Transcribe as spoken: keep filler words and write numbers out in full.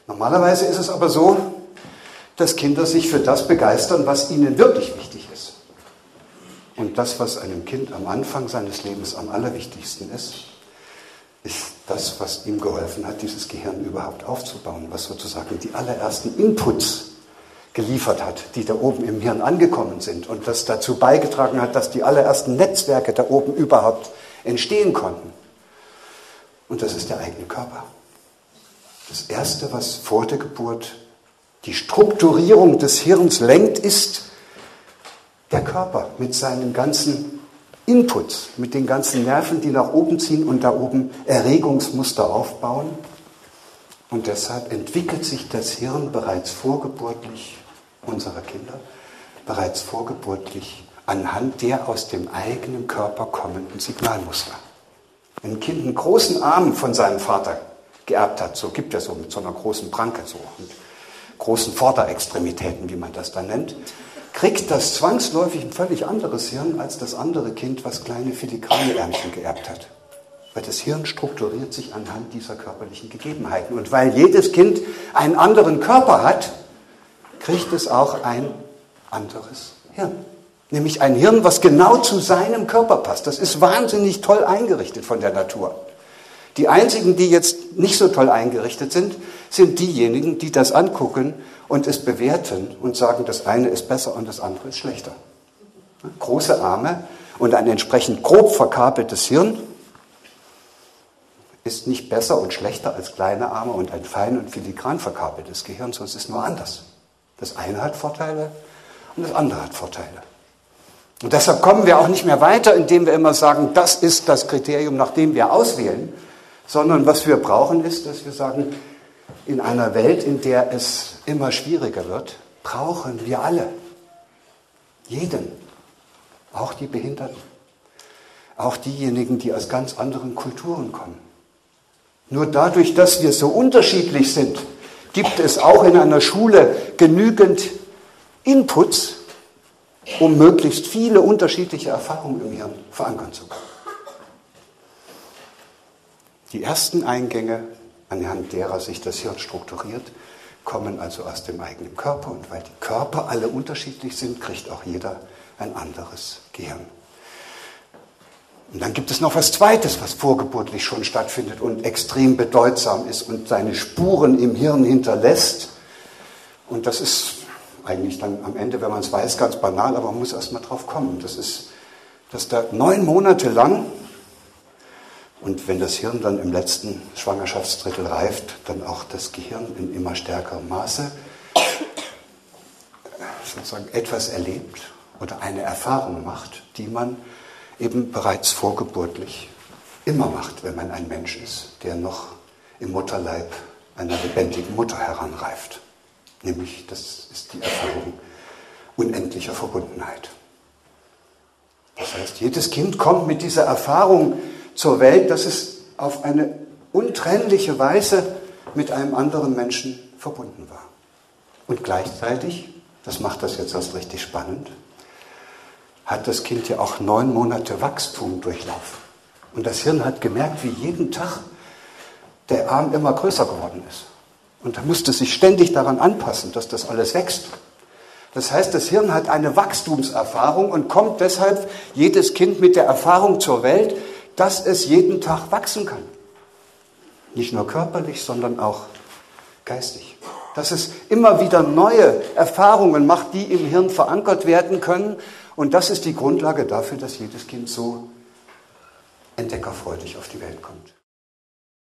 Normalerweise ist es aber so, dass Kinder sich für das begeistern, was ihnen wirklich wichtig ist. Und das, was einem Kind am Anfang seines Lebens am allerwichtigsten ist, ist das, was ihm geholfen hat, dieses Gehirn überhaupt aufzubauen, was sozusagen die allerersten Inputs geliefert hat, die da oben im Hirn angekommen sind und das dazu beigetragen hat, dass die allerersten Netzwerke da oben überhaupt entstehen konnten. Und das ist der eigene Körper. Das Erste, was vor der Geburt die Strukturierung des Hirns lenkt, ist der Körper mit seinen ganzen Inputs, mit den ganzen Nerven, die nach oben ziehen und da oben Erregungsmuster aufbauen. Und deshalb entwickelt sich das Hirn bereits vorgeburtlich, unserer Kinder, bereits vorgeburtlich anhand der aus dem eigenen Körper kommenden Signalmuster. Wenn ein Kind einen großen Arm von seinem Vater geerbt hat, so gibt es so mit so einer großen Pranke, so mit großen Vorderextremitäten, wie man das dann nennt, kriegt das zwangsläufig ein völlig anderes Hirn als das andere Kind, was kleine filigrane Ärmchen geerbt hat. Weil das Hirn strukturiert sich anhand dieser körperlichen Gegebenheiten. Und weil jedes Kind einen anderen Körper hat, kriegt es auch ein anderes Hirn. Nämlich ein Hirn, was genau zu seinem Körper passt. Das ist wahnsinnig toll eingerichtet von der Natur. Die einzigen, die jetzt nicht so toll eingerichtet sind, sind diejenigen, die das angucken und es bewerten und sagen, das eine ist besser und das andere ist schlechter. Große Arme und ein entsprechend grob verkabeltes Hirn ist nicht besser und schlechter als kleine Arme und ein fein und filigran verkabeltes Gehirn, sondern es ist nur anders. Das eine hat Vorteile und das andere hat Vorteile. Und deshalb kommen wir auch nicht mehr weiter, indem wir immer sagen, das ist das Kriterium, nach dem wir auswählen, sondern was wir brauchen ist, dass wir sagen, in einer Welt, in der es immer schwieriger wird, brauchen wir alle, jeden, auch die Behinderten, auch diejenigen, die aus ganz anderen Kulturen kommen. Nur dadurch, dass wir so unterschiedlich sind, gibt es auch in einer Schule genügend Inputs, um möglichst viele unterschiedliche Erfahrungen im Hirn verankern zu können. Die ersten Eingänge, anhand derer sich das Hirn strukturiert, kommen also aus dem eigenen Körper. Und weil die Körper alle unterschiedlich sind, kriegt auch jeder ein anderes Gehirn. Und dann gibt es noch was Zweites, was vorgeburtlich schon stattfindet und extrem bedeutsam ist und seine Spuren im Hirn hinterlässt. Und das ist eigentlich dann am Ende, wenn man es weiß, ganz banal, aber man muss erst mal drauf kommen. Das ist, dass da neun Monate lang, und wenn das Hirn dann im letzten Schwangerschaftsdrittel reift, dann auch das Gehirn in immer stärkerem Maße sozusagen etwas erlebt oder eine Erfahrung macht, die man eben bereits vorgeburtlich immer macht, wenn man ein Mensch ist, der noch im Mutterleib einer lebendigen Mutter heranreift. Nämlich, das ist die Erfahrung unendlicher Verbundenheit. Das heißt, jedes Kind kommt mit dieser Erfahrung zur Welt, dass es auf eine untrennliche Weise mit einem anderen Menschen verbunden war. Und gleichzeitig, das macht das jetzt erst richtig spannend, hat das Kind ja auch neun Monate Wachstum durchlaufen. Und das Hirn hat gemerkt, wie jeden Tag der Arm immer größer geworden ist. Und da musste sich ständig daran anpassen, dass das alles wächst. Das heißt, das Hirn hat eine Wachstumserfahrung und kommt deshalb jedes Kind mit der Erfahrung zur Welt, dass es jeden Tag wachsen kann. Nicht nur körperlich, sondern auch geistig. Dass es immer wieder neue Erfahrungen macht, die im Hirn verankert werden können. Und das ist die Grundlage dafür, dass jedes Kind so entdeckerfreudig auf die Welt kommt.